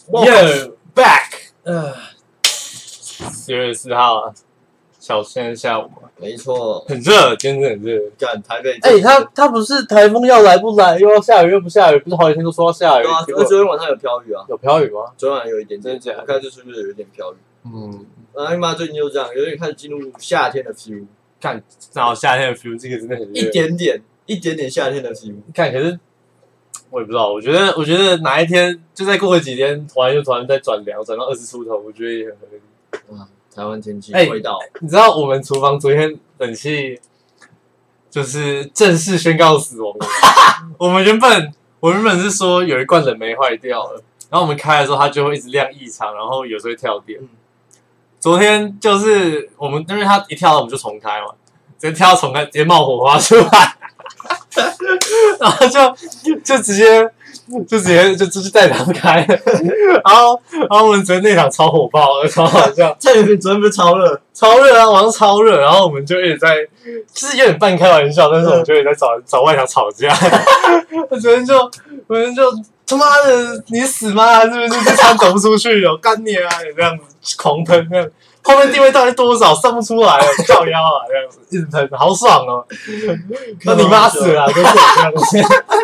Welcome back。10月4号啊，现在下午嘛， 没错， 很热，今天真的很热。 干台北， 他不是台风要来不来，又要下雨又不下雨，不是好几天都说要下雨。 对啊，昨天晚上有飘雨啊， 有飘雨吗？ 昨天晚上有一点， 真的假的？ 我看这是不是有一点飘雨？ 嗯， 妈最近就这样，有点开始进入夏天的 feel， 看，正好夏天的 feel， 这个真的很热， 一点点夏天的 feel。 看，可是我也不知道，我觉得哪一天就再过个几天，突然再转凉，转到20出头，我觉得也很合理。 台湾天气味道， 你知道我们厨房昨天冷气就是正式宣告死亡了。我原本是说有一罐冷媒坏掉了，然后我们开的时候它就会一直亮异常，然后有时候会跳电。昨天就是我们因为它一跳我们就重开嘛，直接跳到重开，直接冒火花出来，然后就直接再打不开了，然后我们昨天那场超火爆的，超好笑。 在那边昨天不是超热啊，晚上超热，然后我们就一直在，就是有点半开玩笑，但是我们就一直在找外墙吵架。我昨天就他妈的你死吗？是不是这餐走不出去哦？干你啊！这样子狂喷，这样后面定位到底多少算不出来了，靠腰啊，这样子一直喷，好爽哦！那你妈死了，就是这样子。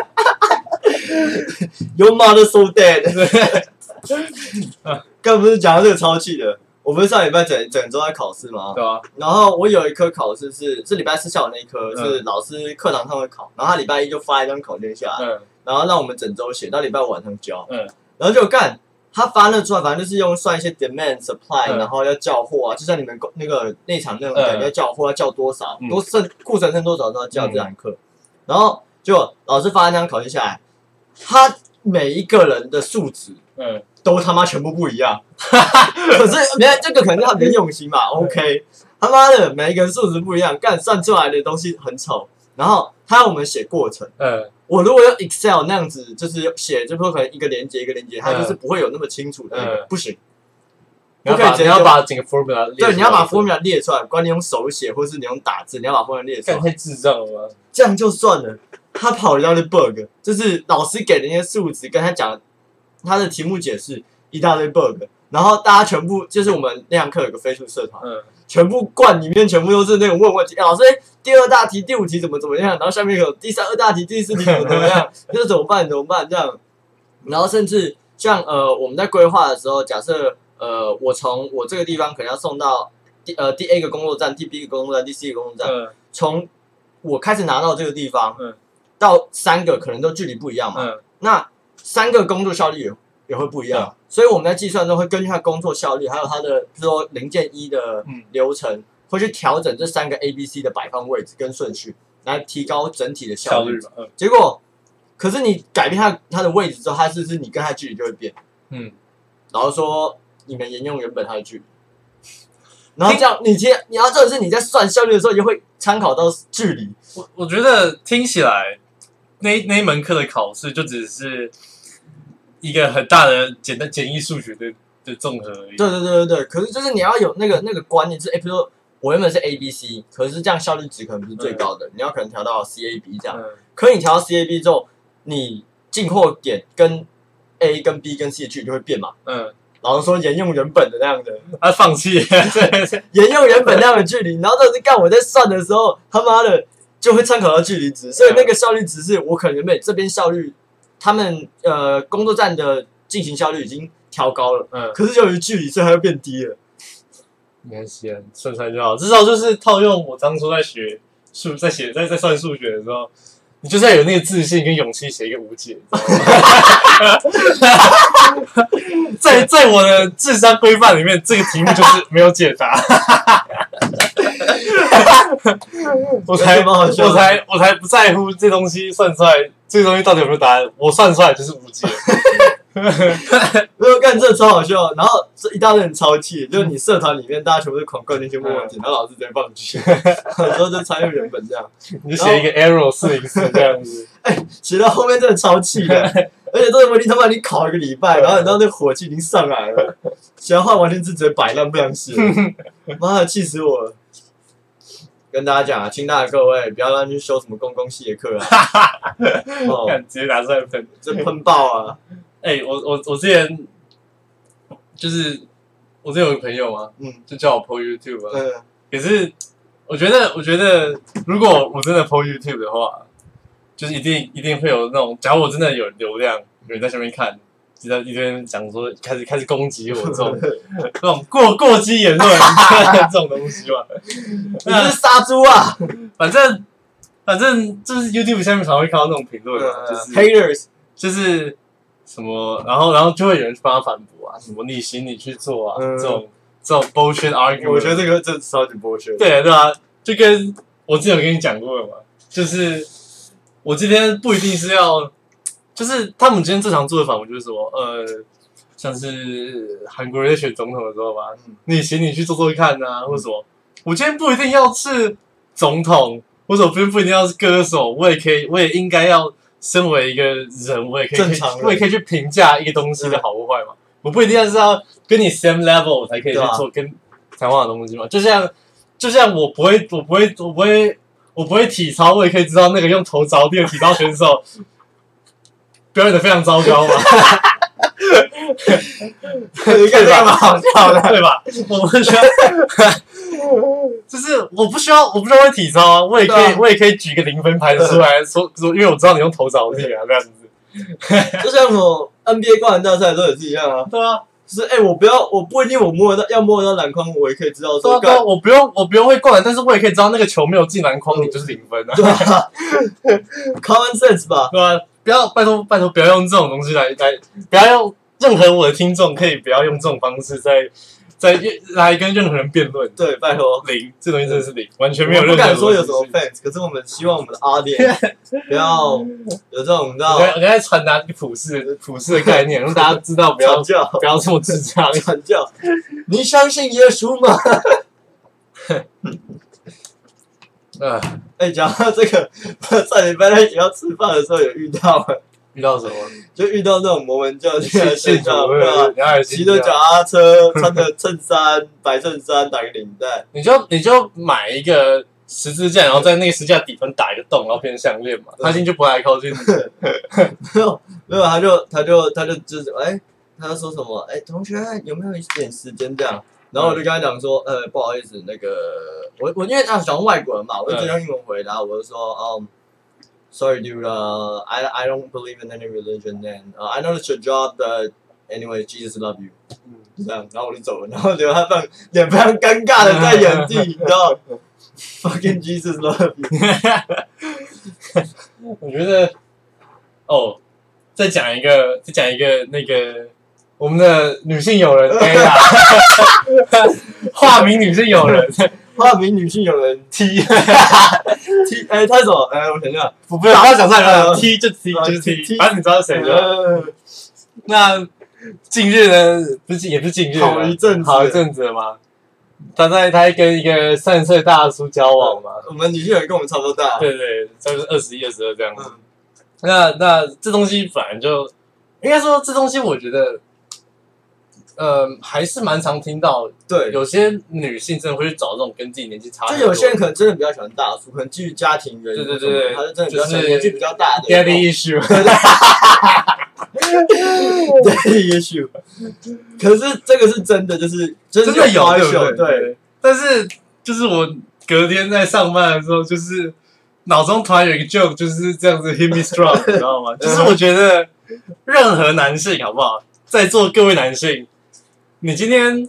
Your mother so dead。刚不是讲到这个超气的，我们上礼拜整周在考试嘛， 对啊。 然后我有一科考试是礼拜4下午那一科，是老师课堂上会考，然后他礼拜1就发一张考卷下来，然后让我们整周写，到礼拜5晚上交，然后就干。他发那出来，反正就是用算一些 demand supply，然后要叫货啊，就像你们那个内场那种感觉，要叫货要叫多少，库存剩多少都要叫这堂课。然后就老师发一张考卷下来，他每一个人的数值，都他妈全部不一样。可是这个可能是他比较用心嘛 ，OK， 他妈的每一个人数值不一样，干算出来的东西很丑。然后他让我们写过程，我如果用 Excel 那样子，就是写，就说可能一个连接，它就是不会有那么清楚的那个，不行。 你要把整个 formula 列出来， 对，你要把 formula 列出来，不管你用手写或是你用打字，你要把 formula 列出来。 太智障了吗？ 这样就算了，他跑一大堆 bug， 就是老师给的那些数值跟他讲他的题目解释一大堆 bug， 然后大家全部就是我们那堂课有个飞书社团，全部灌里面全部都是那种问题，老师第2大题、第5题怎么样，然后下面有第2大题、第4题怎么样，就是怎么办这样，然后甚至像我们在规划的时候，假设我从我这个地方可能要送到第 A 个工作站、第 B 个工作站、第 C 个工作站，从我开始拿到这个地方，到3个可能都距离不一样嘛，那3个工作效率也会不一样，所以我们在计算中会根据他工作效率，还有他的比如说零件1的流程，会去调整这3个 A、B、C 的摆放位置跟顺序，来提高整体的效率。结果，可是你改变它的位置之后，它是不是你跟它距离就会变？老师说你们沿用原本它的距离，然后这样你要这是你在算效率的时候，也会参考到距离。 我觉得听起来那一门课的考试就只是一个很大的简易数学的综合而已。 对，可是就是你要有那个观念，就是比如说我原本是 A、B、C， 可是这样效率值可能不是最高的，你要可能调到 C、A、B 这样。可是你调到 C、A、B 之后，你进货点跟 A 跟 B 跟 C 的距离就会变嘛。老师说沿用原本的那样的， 他放弃沿用原本那样的距离，然后这是干我在算的时候，他妈的就会参考到距离值，所以那个效率值是我可能原本这边效率，他们工作站的进行效率已经调高了，可是由于距离，所以它又变低了。 没关系啊，算出来就好。至少就是套用我当初在学在算数学的时候，你就是要有那个自信跟勇气写一个无解，在我的智商规范里面，这个题目就是没有解答。我才不在乎这东西算出来，这个东西到底有没有答案，我算出来就是无解。 没有干，这超好笑。然后这一大堆人超气，就是你社团里面大家全部是狂灌那些问题，然后老师直接放弃，然后就参与原本这样， 你就写一个 error 404这样子。 写到后面真的超气的，而且这个问题他妈你考1个礼拜，然后你知道那个火气已经上来了，写完话完全是直接摆烂不想写，妈的气死我了。跟大家讲啊，清大的各位不要让他去修什么公共系的课啊， 直接拿出来喷， 这喷爆啊！ 我之前就是我这有个朋友嘛，就叫我 po YouTube 嘛，可是我觉得如果我真的 po YouTube 的话，就是一定会有那种，假如我真的有流量，有人在下面看，就在一边讲说开始攻击我这种那种过激言论这种东西嘛， 你是杀猪啊！ 反正就是 YouTube 下面常会看到那种评论嘛，就是 haters， 就是什么，然后就会有人帮他反驳啊，什么你行你去做啊，这种 bullshit argument， 我觉得这个真的超级 bullshit。 对啊，就跟我之前有跟你讲过了嘛，就是我今天不一定是要，就是他们今天这场做的访问就是说，像是韩国人在选总统的时候吧，你行你去做做看啊，或者什么，我今天不一定要是总统，或者我不一定要是歌手，我也应该要身为一个人，我也可以去评价一个东西的好或坏嘛。我不一定是要跟你 same level 我才可以去做跟谈话的东西嘛。就像我不会体操，我也可以知道那个用头着地的体操选手表演的非常糟糕嘛。 你看这样蛮好笑的， 对吧？我不需要，就是我不需要会体操啊，我也可以举个0分牌出来说，因为我知道你用头着地啊，这样子。 就像什么 NBA 灌篮大赛都也是一样啊。 对啊， 就是我不一定我摸得到篮筐，我也可以知道说， 对啊，我不用会灌篮，但是我也可以知道那个球没有进篮筐，你就是0分啊。 对啊，common sense 吧。 对啊，拜托不要用这种东西来，不要用任何我的听众可以不要用这种方式来跟任何人辩论。 对，拜托 0，这东西真的是0，完全没有任何。 不敢说有什么 fans， 可是我们希望我们的 audience 不要有这种，你知道？ 我刚才传达普世的概念，让大家知道不要这么智障。 传教，你相信耶稣吗？讲到这个，上礼拜在学校吃饭的时候有遇到什么？ 就遇到那种摩门教进来睡觉，对吧？骑着脚踏车，穿着衬衫，白衬衫，打个领带。 你就买一个十字架，然后在那个十字架底端打一个洞，然后变成项链嘛，他就不来靠近你。 没有，他就是他就说什么？同学有没有一点时间这样？然后我就跟他讲说，不好意思，那个我因为他讲外国人嘛，我就用英文回答，我就说Sorry, dude. I don't believe in any religion, and I know it's your job, but anyway, Jesus love you. 就这样，然后我就走了，然后留他脸非常尴尬的在原地，你知道 ？Fucking Jesus love you. 我觉得，再讲一个那个我们的女性友人 A 啦，化名女性友人。 化名女性友人 T， 他什么？我想想， 不要讲出来，T 就 T 就是 T， 反正你知道谁的。那近日呢，也不是近日，好一阵子了嘛。他在跟一个30岁大叔交往嘛。 我们女性友人跟我们差不多大。 对，差不多21、22这样子。那这东西本来就应该说，这东西我觉得。还是蛮常听到，对，有些女性真的会去找这种跟自己年纪差很多， 就有些人可能真的比较喜欢大叔，可能基于家庭原因， 对， 他是真的比较喜欢年纪比较大的 daddy issue， daddy issue。可是这个是真的，就是真的有，对。 但是就是我隔天在上班的时候，就是脑中突然有一个 joke， 就是这样子 hit me strong， 你知道吗？就是我觉得任何男性好不好，在座各位男性。你今天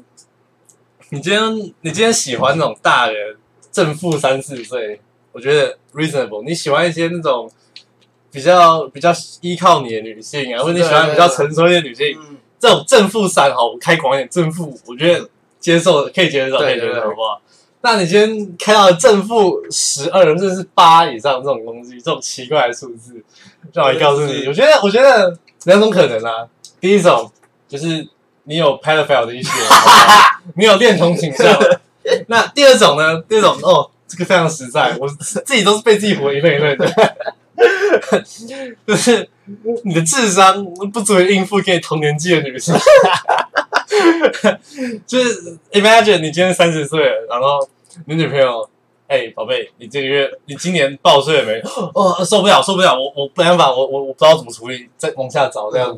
喜欢那种大人正负3、4岁，我觉得 reasonable。你喜欢一些那种比较依靠你的女性啊，或者你喜欢比较成熟一点的女性，这种正负3，好，我开广一点，正负，我觉得可以接受，好不好？那你今天开到正负12，甚至是8以上这种东西，这种奇怪的数字，让我告诉你，我觉得2种可能啊。第一种就是你有 pedophile 的一些，你有恋童倾向。那第二种呢？这个非常实在，我自己都是被自己活一愣一愣的，就是你的智商不足以应付跟你同年纪的女性。就是 imagine 你今天30岁了，然后你女朋友，宝贝，你今年报税了没？受不了，我没办法，我不知道怎么处理，再往下找这样子。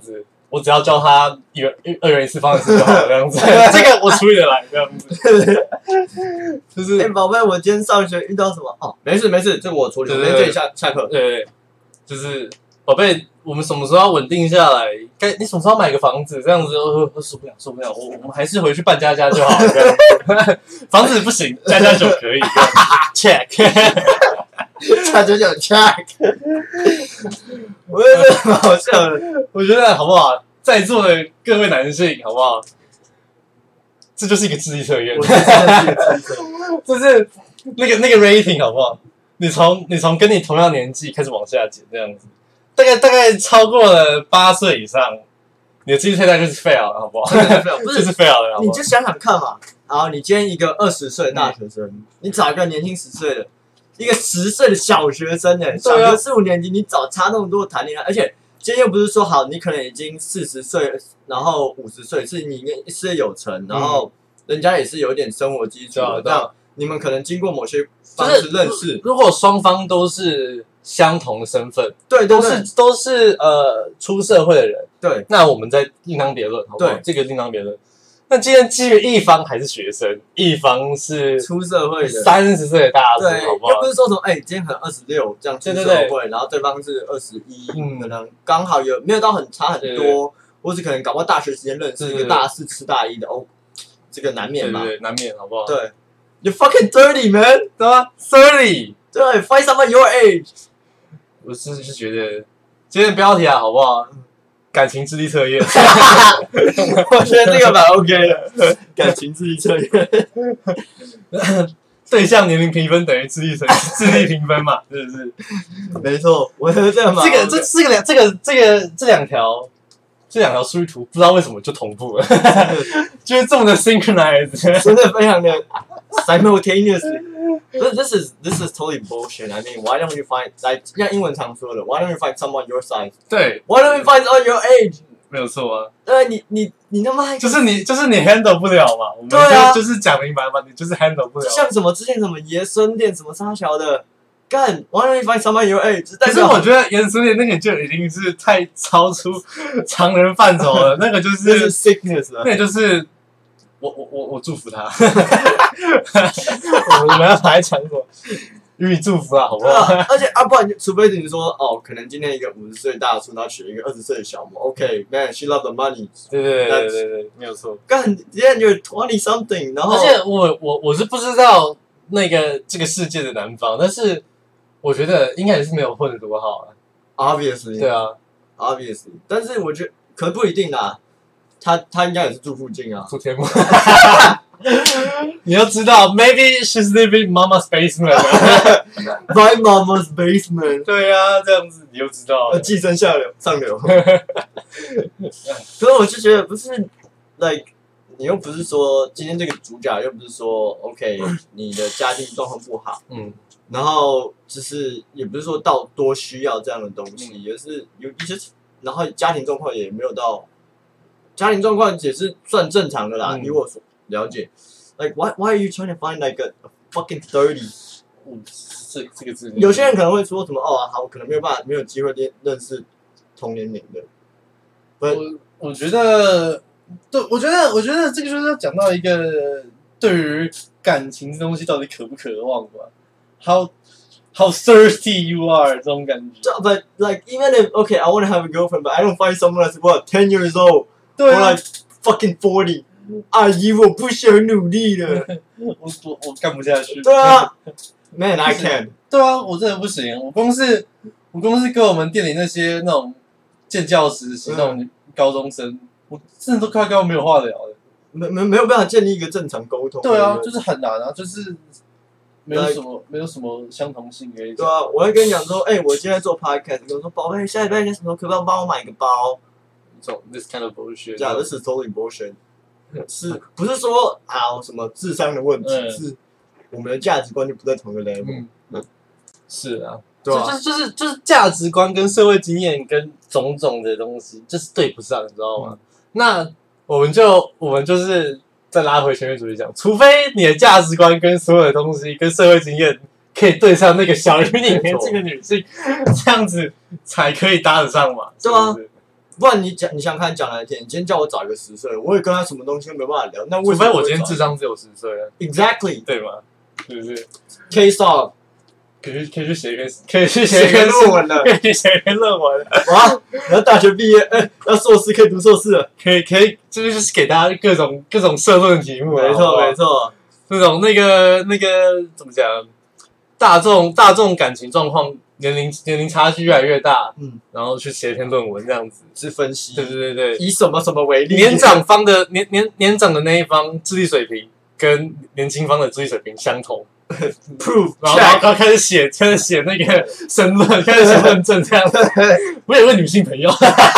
我只要教他2元一次方程式就好了，这样子，这个我处理得来，这样子。就是， 宝贝，我今天上学遇到什么？哦，没事，这个我处理。我这里下课。 对，就是宝贝，我们什么时候要稳定下来？你什么时候买个房子？这样子，受不了，我们还是回去办家就好了。这样房子不行，家就可以。check， 家就check。我觉得很好笑的， 我觉得好不好？在座的各位男性，好不好？这就是一个智力测验，就是那个 rating 好不好？你从跟你同样年纪开始往下减，这样子，大概超过了8岁以上，你的智力测验就是 fail 了，好不好？ 不是 fail 了， 你就想想看嘛。然后你今天一个20岁的大学生，你找一个年轻10岁的，一个10岁的小学生小学4、5年级，你找差那么多谈恋爱，而且今天又不是说好，你可能已经40岁，然后50岁，是你事业有成，然后人家也是有点生活基础的，这样你们可能经过某些方式认识。 如果双方都是相同的身份， 对， 都是出社会的人， 对， 那我们再另当别论，好不好？这个另当别论。那今天基于一方还是学生，一方是出社会的 30岁的大叔，好不好？ 又不是说什么今天可能26这样出社会，然后对方是21，可能刚好没有到很差很多，或是可能搞不好大学时间认识一个大4吃大1的这个难免嘛， 对，难免，好不好？ 对 ，You fucking 30 man， 对吧？30， 对 ，Find someone your age。 我是觉得今天的标题好不好？感情智力测验， 我觉得这个蛮 OK 的。感情智力测验， 对象年龄评分等于智力评分嘛，是不是？ 没错，我觉得这样嘛。 这两条数据图不知道为什么就同步了，就是这么的 synchronize， 真的非常的 simultaneous。This is totally bullshit. I mean, why don't you find 像英文常说的 ，Why don't you find someone your size？ 对 ，Why don't you find on your age？ 没有错啊。 你他妈就是你 handle 不了嘛，我们就是讲明白嘛，你就是 handle 不了。 像什么之前什么爷孙恋什么沙小的，干 Why don't you find someone your age？ 可是我觉得爷孙恋那个就已经是太超出常人范畴了，那个就是 sickness 了， 那个就是。我祝福他，我们要来讲什么？予以祝福啊，好不好？ 而且不然除非你说可能今天一个50岁大叔，然后娶了一个20岁的小模 ，OK man，she love the money， 对，没有错。 干 ，then you're 20 something， 然后而且我是不知道这个世界的南方，但是我觉得应该也是没有混得多好啊 ，obviously， 对啊 ，obviously， 但是我觉得可不一定啦。他应该也是住附近啊， 住天母。你要知道 ，maybe she's living mama's basement，my mama's basement。 对啊，这样子你就知道， 寄生上流。可是我就觉得不是 ，like 你又不是说今天这个主角又不是说 OK， 你的家庭状况不好，然后就是也不是说到多需要这样的东西，也是有一些，然后家庭状况也没有到。家庭状况也是算正常的啦，以我所了解。Like why are you trying to find like a fucking 30？ 这个字。 有些人可能会说什么好，可能没有机会认识同年龄的。 我觉得，对，我觉得这个就是要讲到一个对于感情这东西到底渴不渴望吧。How thirsty you are 这种感觉。 But like even if okay, I want to have a girlfriend, but I don't find someone that's 10 years old. 对啊 or like fucking 40， 阿姨，我不想努力了， 我干不下去。 对啊 ，Man I can。 对啊，我真的不行。我光是跟我们店里那些那种建教实习那种高中生，我真的都快跟我没有话聊了。 没有办法建立一个正常沟通。 对啊，就是很难啊，就是没有什么相同性可以讲。 对啊，我会跟你讲说，我今天做 podcast， 跟我说，宝贝，下礼拜什么可不可以帮我买个包 ？This kind of bullshit. Yeah, this is totally bullshit. 是不是说什么智商的问题？是我们的价值观就不在同一个 level。 是啊，对啊，就是价值观跟社会经验跟种种的东西，就是对不上，你知道吗？那我们就是再拉回前面主题讲，除非你的价值观跟所有的东西跟社会经验可以对上那个小于你年纪的女性，这样子才可以搭得上嘛？ 对啊。 不然你想看讲来听，你今天叫我找一个10岁，我也跟他什么东西都没办法聊。那为什么？ 除非我今天智商只有10岁啊 ？Exactly， 对吗？是不是 ？Case off， 可以去写一篇论文了， 可以去写一篇论文。 哇！你要大学毕业，要硕士可以读硕士了， 可以，这个就是给大家各种社论题目。 没错。 那种那个怎么讲？大众感情状况。年龄差距越来越大，然后去写一篇论文这样子， 是分析， 对， 以什么为例？ 年长的那一方智力水平跟年轻方的智力水平相同 ，proof， 然后开始写那个申论，开始写论证这样子。我有位女性朋友，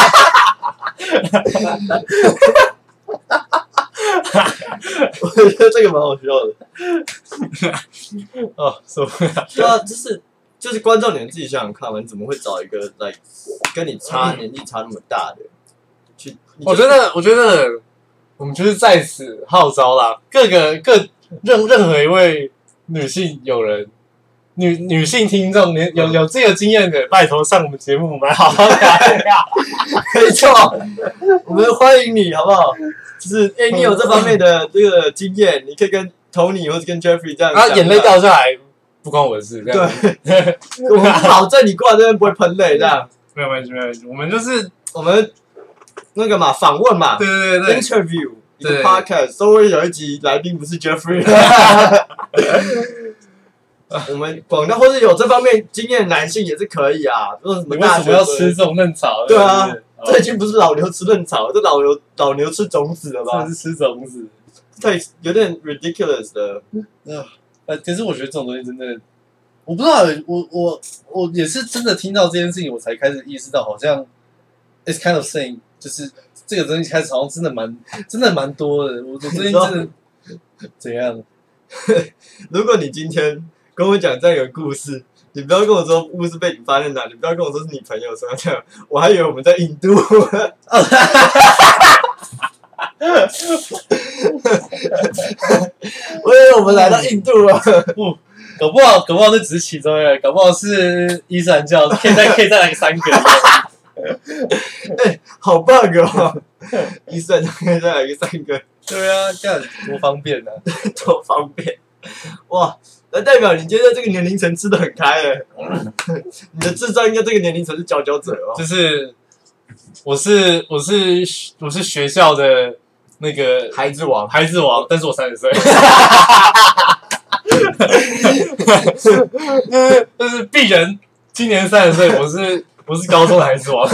我觉得这个蛮好笑的。 哦，什么？ 对啊，就是观众，你们自己想想看嘛，你怎么会找一个跟你年纪差那么大的去？ 我觉得我们就是在此号召啦，任何一位女性友人、女性听众，有这个经验的，拜托上我们节目，我们来好好聊一聊。 没错，我们欢迎你，好不好？就是你有这方面的这个经验，你可以跟 Tony 或者跟 Jeffrey 这样讲。 眼泪掉下来。不关我的事，这样对，我们保证你过来这边不会喷泪，这样。 没有关系，我们就是我们那个嘛访问嘛， 对 ，interview 一个 podcast， 稍微有一集来宾不是 Jeffrey， 我们广大或是有这方面经验的男性也是可以啊，说什么大学为什么要吃这种嫩草？ 对啊，这已经不是老牛吃嫩草，这老牛吃种子了吧？ 这是吃种子， 对，有点 ridiculous 的。 可是我觉得这种东西真的，我不知道，我也是真的听到这件事情，我才开始意识到，好像 it's kind of saying， 就是这个东西开始好像真的蛮多的。我最近真的怎样？ 如果你今天跟我讲这样一个故事，你不要跟我说故事背景发生在哪里，不要跟我说是你朋友说这样，我还以为我们在印度。我以为我们来到印度了， 搞不好那只是其中一个，搞不好是伊斯兰教，可以再来个3个。 好 bug 哦！伊斯兰教可以再来个3个。 对啊，干多方便啊， 多方便！哇，那代表你今天在这个年龄层吃得很开诶。你的智商应该这个年龄层是佼佼者哦。 就是我是学校的。那个孩子王， 但是我30岁，就是鄙人今年30岁，我是高中的孩子王。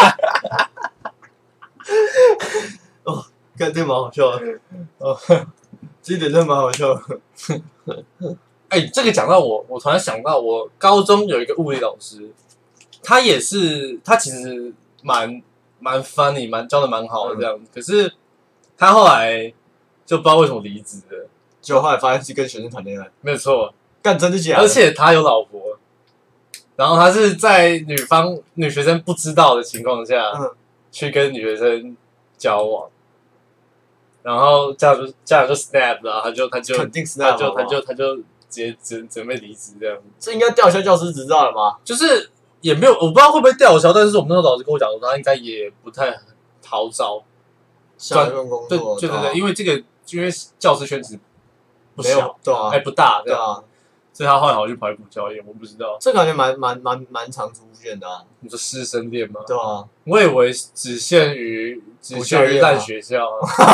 哦，看这蛮好笑的，哦，这一点真的蛮好笑的。 这个讲到我突然想到，我高中有一个物理老师，他其实蛮 funny， 教的蛮好的这样子，可是。他后来就不知道为什么离职了， 结果后来发现是跟学生谈恋爱， 没有错， 干真的假的？ 而且他有老婆，然后他是在女学生不知道的情况下，去跟女学生交往，然后家长就 snap 了，他就肯定 snap， 他就直接准备离职这样。 这应该吊销教师执照了吗？ 就是也没有，我不知道会不会吊销，但是我们那时候老师跟我讲说，他应该也不太好找。 下一份工作， 对，因为教师圈子不小， 对啊， 还不大， 对啊， 所以他后来好像去跑去补教业，我不知道。 这感觉蛮常出现的啊。 你说师生恋吗？ 对啊， 我以为只限于烂学校，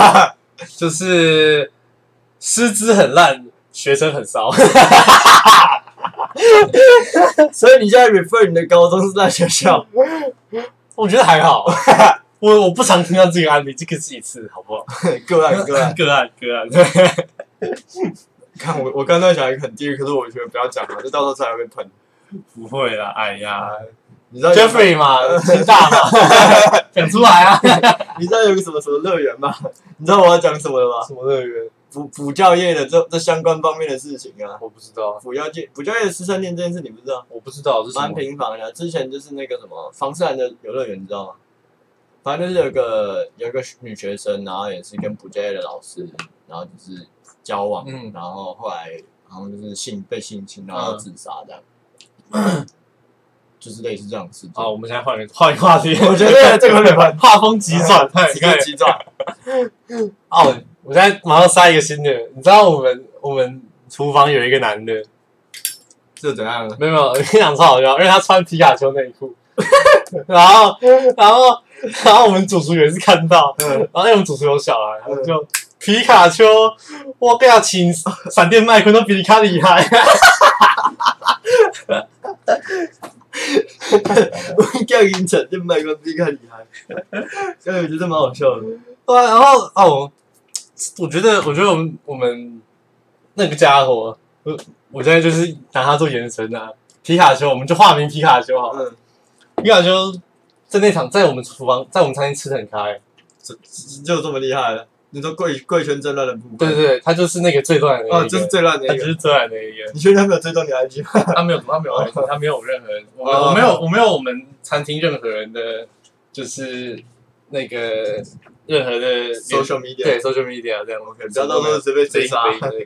就是师资很烂，学生很骚。 所以你现在 refer 你的高中是烂学校？ 我觉得还好。我不常听到这个案例，这个是一次，好不好？ 个案。看我刚才讲一个很地狱，可是我觉得不要讲了，这到时候才会被喷。 不会啦，哎呀， 你知道 Jeffrey 嘛，清大嘛，讲出来啊！ 你知道有个什么乐园吗？你知道我要讲什么了吗？ 什么乐园？ 补教业的这相关方面的事情啊。 我不知道。 补教业的师生恋这件事你不知道？ 我不知道，是什么？ 蛮频繁的。之前就是那个什么房斯兰的游乐园，你知道吗？反正就是有一个女学生，然后也是跟补教业的老师，然后就是交往，然后后来好像就是被性侵，然后自杀这样。 就是类似这样的事情。 好，我们现在换一个话题。 我觉得这个画风急转， 急转。 哦，我现在马上塞一个新的。你知道我们厨房有一个男的， 这怎样？ 没有，我跟你讲超好笑，因为他穿皮卡丘内裤，然后我们主厨也是看到，然后因为我们主厨有小孩，他就皮卡丘，我跟他请闪电麦昆都比你卡厉害。 我叫你闪电麦昆比你卡厉害，所以我觉得蛮好笑的。 对啊，然后我觉得我们那个家伙，我现在就是拿他做延伸啊。皮卡丘，我们就化名皮卡丘好了。皮卡丘在那场在我们厨房，在我们餐厅吃得很开， 就这么厉害了。你说贵圈最乱的部分？ 对对对，他就是那个最乱的那一个。 就是最乱的那一个。 他就是最乱的那一个。 你确定他没有追踪你 IG 吗？ 他没有 IG， 他没有任何人，我没有我们餐厅任何人的，就是那个任何的 social media， 对 social media 这样 ，OK， 不要到时候随便追杀。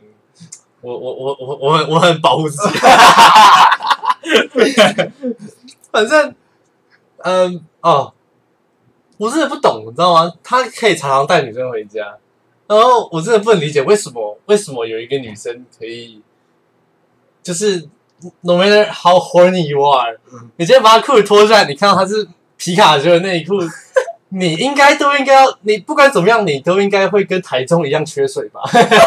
我很保护自己。反正，我真的不懂，你知道吗？他可以常常带女生回家，然后我真的不能理解为什么有一个女生可以，就是 no matter how horny you are，你今天把她裤子脱下来，你看到她是皮卡丘的内裤，你应该要，你不管怎么样，你都应该会跟台中一样缺水吧？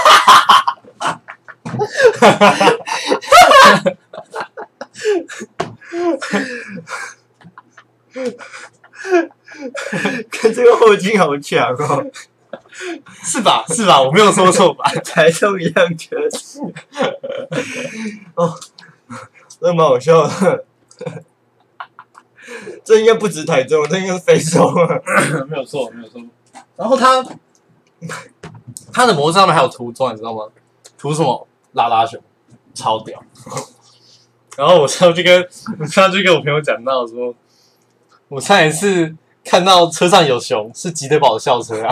跟这个后劲好强哦， 是吧？我没有说错吧？ 台中一样缺水，哦，这蛮好笑的。这应该不止台中，这应该是非洲。 没有错。然后他的模子上面还有涂装，你知道吗？涂什么？拉拉熊，超屌。然后我上次就跟我朋友讲到说，我上一次看到车上有熊是吉德堡的校车啊。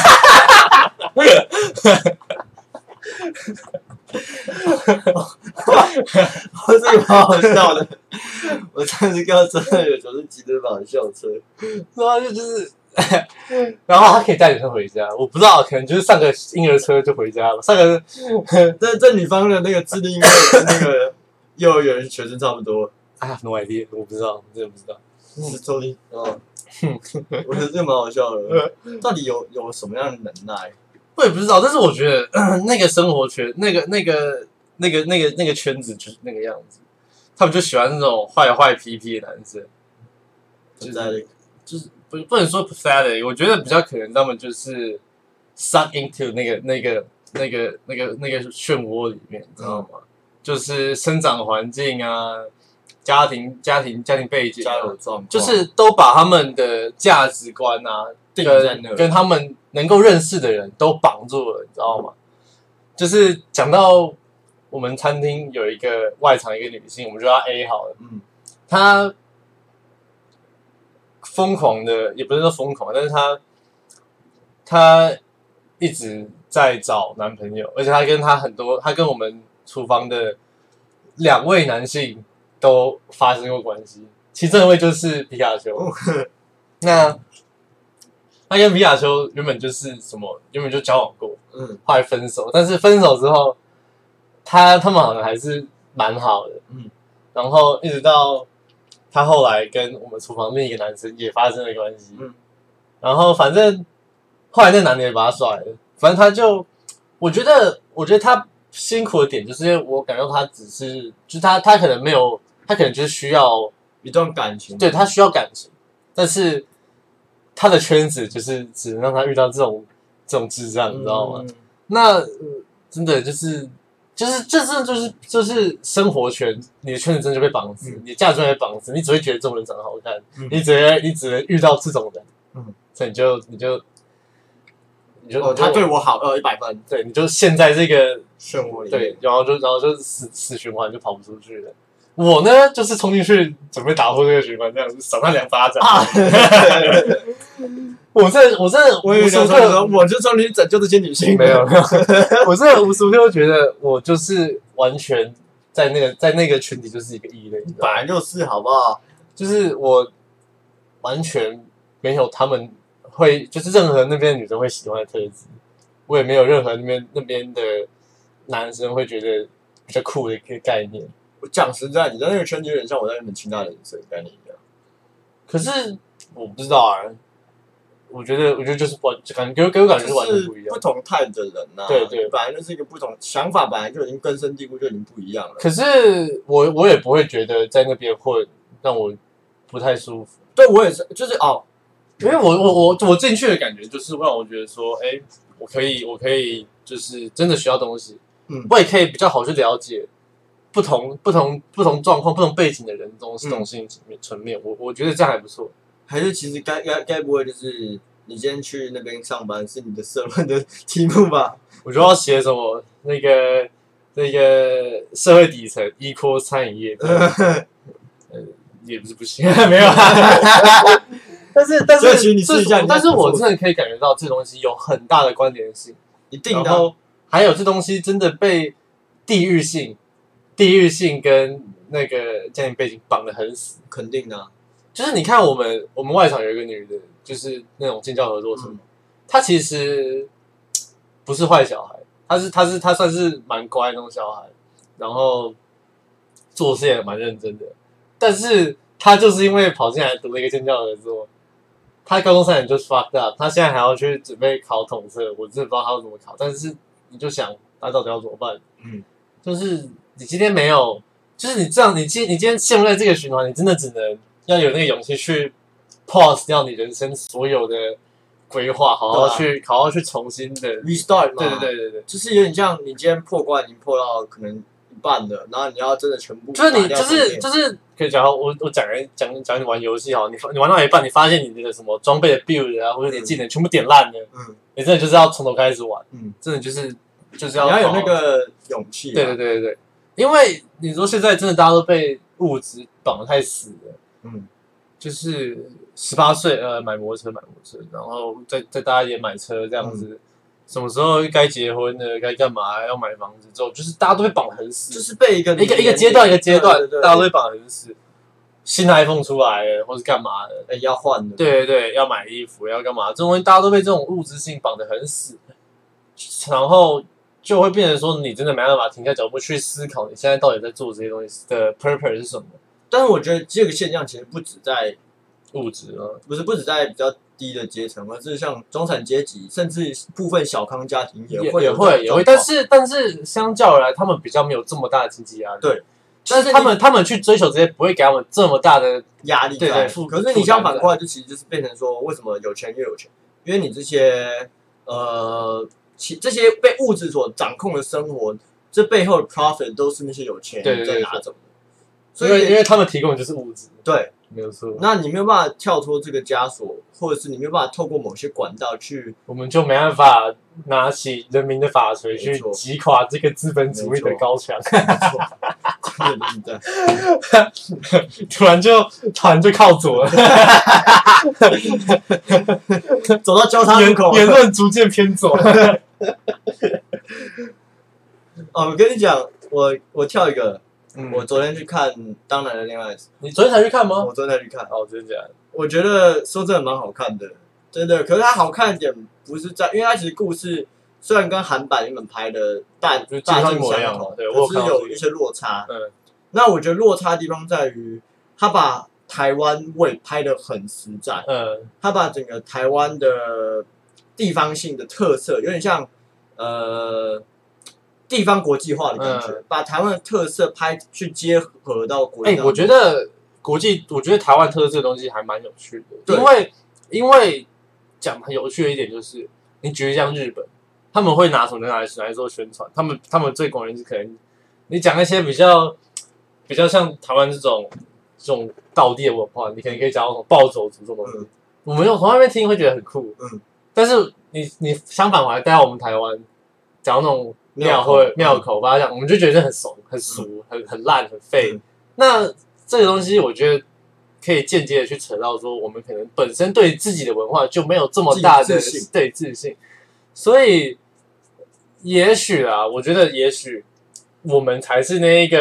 这个蛮好笑的。我上次看到车上有熊是吉德堡的校车， 然后就是。然后他可以带女生回家，我不知道，可能就是上个婴儿车就回家了。上个这女方的那个智力应该跟那个幼儿园学生差不多。 no idea， 我不知道，真的不知道。 是周丽，我觉得这蛮好笑的。到底有什么样的能耐？ 我也不知道，但是我觉得那个生活圈，那个圈子就是那个样子，他们就喜欢那种坏痞的男生，就是不能说 pathetic， 我觉得比较可能他们就是 suck into 那个漩涡里面，你知道吗？就是生长环境啊，家庭背景、 家有状况， 就是都把他们的价值观啊，跟他们能够认识的人都绑住了，你知道吗？就是讲到我们餐厅有一个外场一个女性，我们就叫 A 好了，她疯狂的，也不是说疯狂，但是她一直在找男朋友，而且她跟我们厨房的2位男性都发生过关系，其中一位就是皮卡丘。那她跟皮卡丘原本就交往过，后来分手，但是分手之后，他们好像还是蛮好的，然后一直到他后来跟我们厨房另一个男生也发生了关系，然后反正后来那男的也把他甩了，反正他就，我觉得他辛苦的点就是因为我感觉他只是，就是他可能没有，他可能就是需要一段感情， 对他需要感情，但是他的圈子就是只能让他遇到这种智障，你知道吗？那真的就是生活圈，你的圈子真的就被绑死，你的价值观被绑死，你只会觉得这种人长得好看，你只能遇到这种人，所以你就他对我好，100分， 对，你就陷在这个漩涡里， 对，然后就死循环就跑不出去了。我呢，就是冲进去准备打破这个循环，这样子赏他2巴掌。我无时无刻， 我就冲进去拯救这些女性。 没有，我真的无时无刻都觉得我就是完全在那个群体就是一个异类。 本来就是，好不好？ 就是我完全没有他们会，就是任何那边的女生会喜欢的特质，我也没有任何那边的男生会觉得比较酷的一个概念。 我讲实在，你在那个圈子有点像我在原本清大人生概念一样。 可是我不知道啊，我觉得就是感觉给我感觉是完全不一样， 不同态的人啊。 对， 本来就是一个不同想法，本来就已经根深蒂固，就已经不一样了。 可是我也不会觉得在那边混让我不太舒服。 对我也是，就是因为我进去的感觉就是让我觉得说，我可以就是真的学到东西，我也可以比较好去了解不同状况、不同背景的人这种心层面，我觉得这样还不错。 还是其实该不会就是你今天去那边上班是你的社论的题目吧？ 我就要写什么那个社会底层equal餐饮业，也不是不行，没有啊。但是我真的可以感觉到这东西有很大的关联性， 一定的。 然后还有这东西真的被地域性跟那个家庭背景绑得很死， 肯定的。 就是你看我们外场有一个女的，就是那种建教合作社，她其实不是坏小孩，她算是蛮乖的那种小孩，然后做事也蛮认真的，但是她就是因为跑进来读了一个建教合作，她高中3年就 fucked up， 她现在还要去准备考统测，我真的不知道她要怎么考，但是你就想她到底要怎么办？就是你今天没有，就是你这样，你今天陷入在这个循环，你真的只能要有那个勇气去 pause 掉你人生所有的规划，好好去重新的 restart 嘛。 对， 就是有点像你今天破关已经破到可能一半了，然后你要真的全部就是你就是可以讲我讲你玩游戏好，你玩到一半，你发现你那个什么装备的 build 啊，或者你技能全部点烂了，你真的就是要从头开始玩，真的就是要你要有那个勇气。 对，因为你说现在真的大家都被物质绑得太死了，就是18岁买摩托车，然后再大一点买车这样子，什么时候该结婚了，该干嘛要买房子之后，就是大家都被绑得很死， 就是被一个阶段，大家都被绑得很死。新 iPhone 出来了，或是干嘛的， 要换的， 对，要买衣服，要干嘛？这种东西大家都被这种物质性绑得很死，然后就会变成说，你真的没办法停下脚步去思考，你现在到底在做这些东西的 purpose 是什么？ 但是我觉得这个现象其实不止在物质不止在比较低的阶层，而是像中产阶级，甚至部分小康家庭也会， 但是相较而来，他们比较没有这么大的经济压力。 对， 但是他们去追求这些，不会给他们这么大的压力。对，可是你相反过来，就其实就是变成说，为什么有钱越有钱？因为你这些这些被物质所掌控的生活，这背后的 profit 都是那些有钱人在拿走的。 所以因为他们提供的就是物质， 对， 没有错。 那你没有办法跳脱这个枷锁，或者是你没有办法透过某些管道去， 我们就没办法拿起人民的法锤去击垮这个资本主义的高墙。突然就靠左了， 走到交叉路口， 言论逐渐偏左。 我跟你讲，我跳一个。我昨天去看《当男人恋爱时》， 你昨天才去看吗？ 我昨天才去看。 真的假的？ 我觉得说真的蛮好看的，真的。可是它好看的点不是在，因为它其实故事虽然跟韩版原本拍的大镜相同，可是有一些落差。那我觉得落差的地方在于，他把台湾味拍得很实在。他把整个台湾的地方性的特色，有点像地方国际化的感觉，把台湾的特色去结合到国际。 我觉得台湾特色这个东西还蛮有趣的，因为讲很有趣的一点就是，你举例像日本，他们会拿什么来做宣传？他们最广为是可能你讲一些比较像台湾这种道地的文化，你可能可以讲到什么暴走族这种东西，我们从那边听会觉得很酷，但是你相反回来带到我们台湾讲那种庙口吧，讲我们就觉得很怂、很俗、很烂、很废。那这个东西，我觉得可以间接的去扯到说，我们可能本身对自己的文化就没有这么大的自信，所以也许我觉得也许我们才是那一个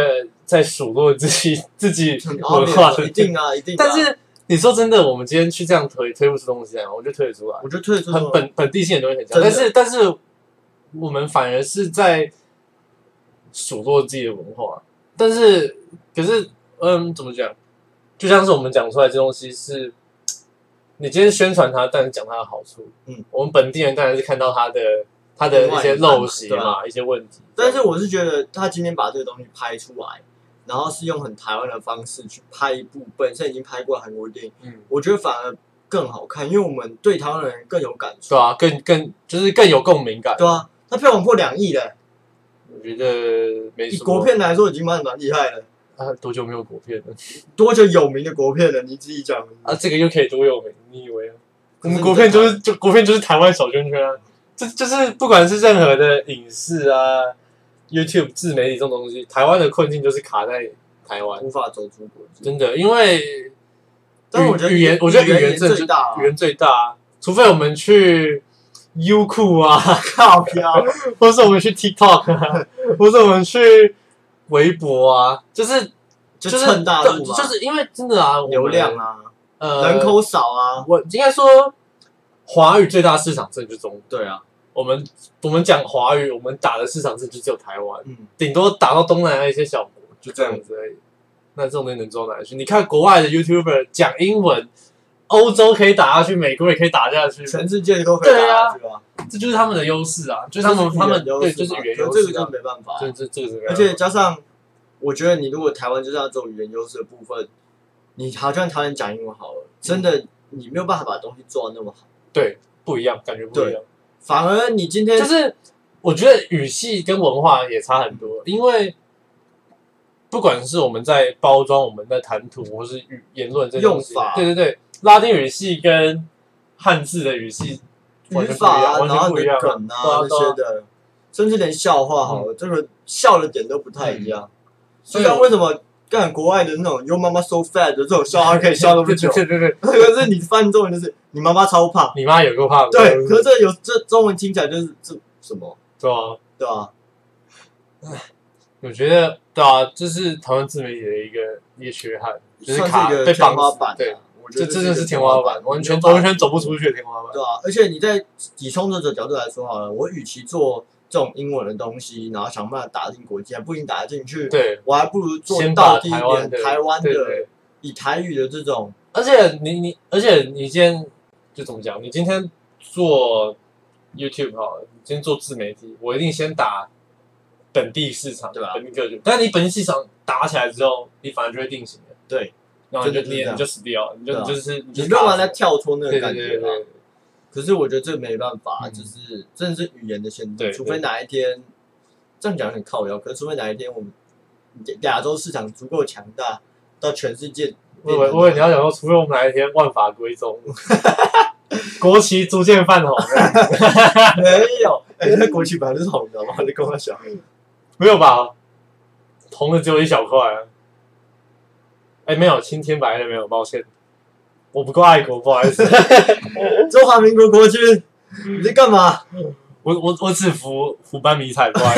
在数落自己文化的， 一定啊，一定。 但是你说真的，我们今天去这样推不出东西来，我觉得推得出来。 我觉得推得出很本地性的东西很强，但是我们反而是在数落自己的文化。可是怎么讲？就像是我们讲出来这东西是，你今天宣传它，但是讲它的好处。我们本地人当然是看到它的一些陋习嘛，一些问题。 但是我是觉得他今天把这个东西拍出来，然后是用很台湾的方式去拍一部本身已经拍过的韩国电影，我觉得反而更好看，因为我们对台湾人更有感触。 对啊，就是更有共鸣感。 对啊，他票房破2亿了。 我觉得没什么。 以国片来说，已经蛮厉害了。 多久没有国片了？ 多久有名的国片了？你自己讲。 这个又可以多有名？你以为啊？我们国片就是台湾小圈圈啊。就是不管是任何的影视啊、YouTube 自媒体这种东西，台湾的困境就是卡在台湾， 无法走出国际。 真的，因为但我觉得语言最大， 语言最大，除非我们去优酷啊， 靠飘， 或是我们去 TikTok 啊，或是我们去微博啊，就是蹭大陆嘛， 就是因为真的啊， 流量啊，人口少啊， 我应该说。华语最大市场真的就是中国。 对啊， 我们讲华语，我们打的市场真的就只有台湾，顶多打到东南亚一些小国，就这样子而已。那这种东西能做到哪里去？你看国外的 YouTuber 讲英文，欧洲可以打下去，美国也可以打下去， 全世界都可以打下去吧？ 这就是他们的优势啊，就是他们对，就是语言优势。 这个真的没办法， 这个是没办法。 而且加上，我觉得你如果台湾就是要这种语言优势的部分，你好像台湾讲英文好了，真的你没有办法把东西做到那么好。 对，不一样，感觉不一样。 反而你今天就是，我觉得语系跟文化也差很多，因为不管是我们在包装我们的谈吐，或是言论这用法， 对，拉丁语系跟汉字的语系语法啊，然后你的梗啊那些的，甚至连笑话好了，这个笑的点都不太一样。所以为什么？干国外的那种 “Your mama so fat” 的这种笑话可以笑那么久， 对， 可是你翻中文就是你妈妈超胖， 你妈有够胖， 对，可是这中文听起来就是这什么？对啊， 我觉得对啊，这是台湾自媒体的一个缺憾，就是卡被天花板， 对，这真的是天花板，完全走不出去的天花板， 对啊，而且你在以冲突者角度来说好了，我与其做这种英文的东西，然后想办法打进国际，还不一定打得进去。 对， 我还不如做到底一点台湾的，以台语的这种。 而且你今天就怎么讲？你今天做 YouTube 好了，你今天做自媒体，我一定先打本地市场，对吧？本地客群。但是你本地市场打起来之后，你反而就会定型了。 对， 然后你就死掉了，你没办法再跳脱那个感觉。 对。 可是我觉得这没办法，就是真的是语言的限制，除非哪一天这样讲很靠腰，可是除非哪一天我们亚洲市场足够强大，到全世界。 我以为你要讲说，除非我们哪一天万法归宗，国旗逐渐泛红。 没有，那国旗本来就是红的嘛，你跟我讲。 没有吧？红的只有一小块啊。没有，青天白的没有，抱歉。我不够爱国，不好意思。 中华民国国军，你在干嘛？ 我只服班迷彩，不好意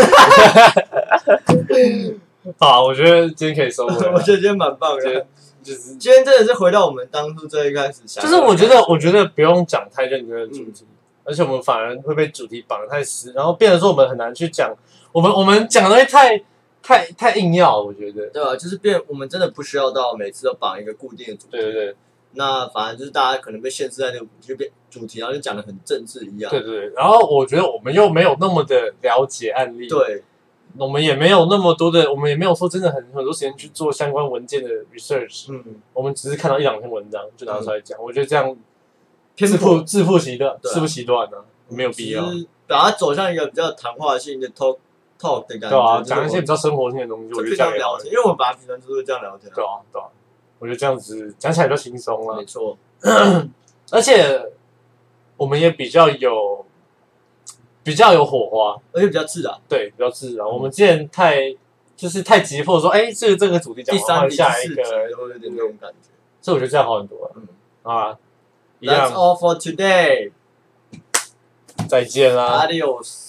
思。好，我觉得今天可以收尾。 我觉得今天蛮棒的，就是今天真的是回到我们当初最一开始想。 就是我觉得不用讲太认真的主题，而且我们反而会被主题绑得太死，然后变成说我们很难去讲，我们讲的东西太硬要，我觉得。 对啊，就是我们真的不需要到每次都绑一个固定的主题。 对。 那反正就是大家可能被限制在这个主题，然后就讲的很政治一样。 对。然后我觉得我们又没有那么的了解案例。 对。 我们也没有那么多的，我们也没有说真的很多时间去做相关文件的 research。我们只是看到1-2篇文章就拿出来讲，我觉得这样自负其短，自不其短呢，没有必要。 把它走向一个比较谈话性的 talk 的感觉。 对啊，讲一些比较生活性的东西，我觉得这样聊天，因为我们本来平常就是这样聊天。 对啊。我觉得这样子讲起来比较轻松了。 没错。 而且我们也比较有火花， 而且比较自然。 对，比较自然。我们之前太急迫说，这个主题讲完换下一个， 有点那种感觉。 所以我觉得这样好很多。 That's all for today。 再见啦。 Adios。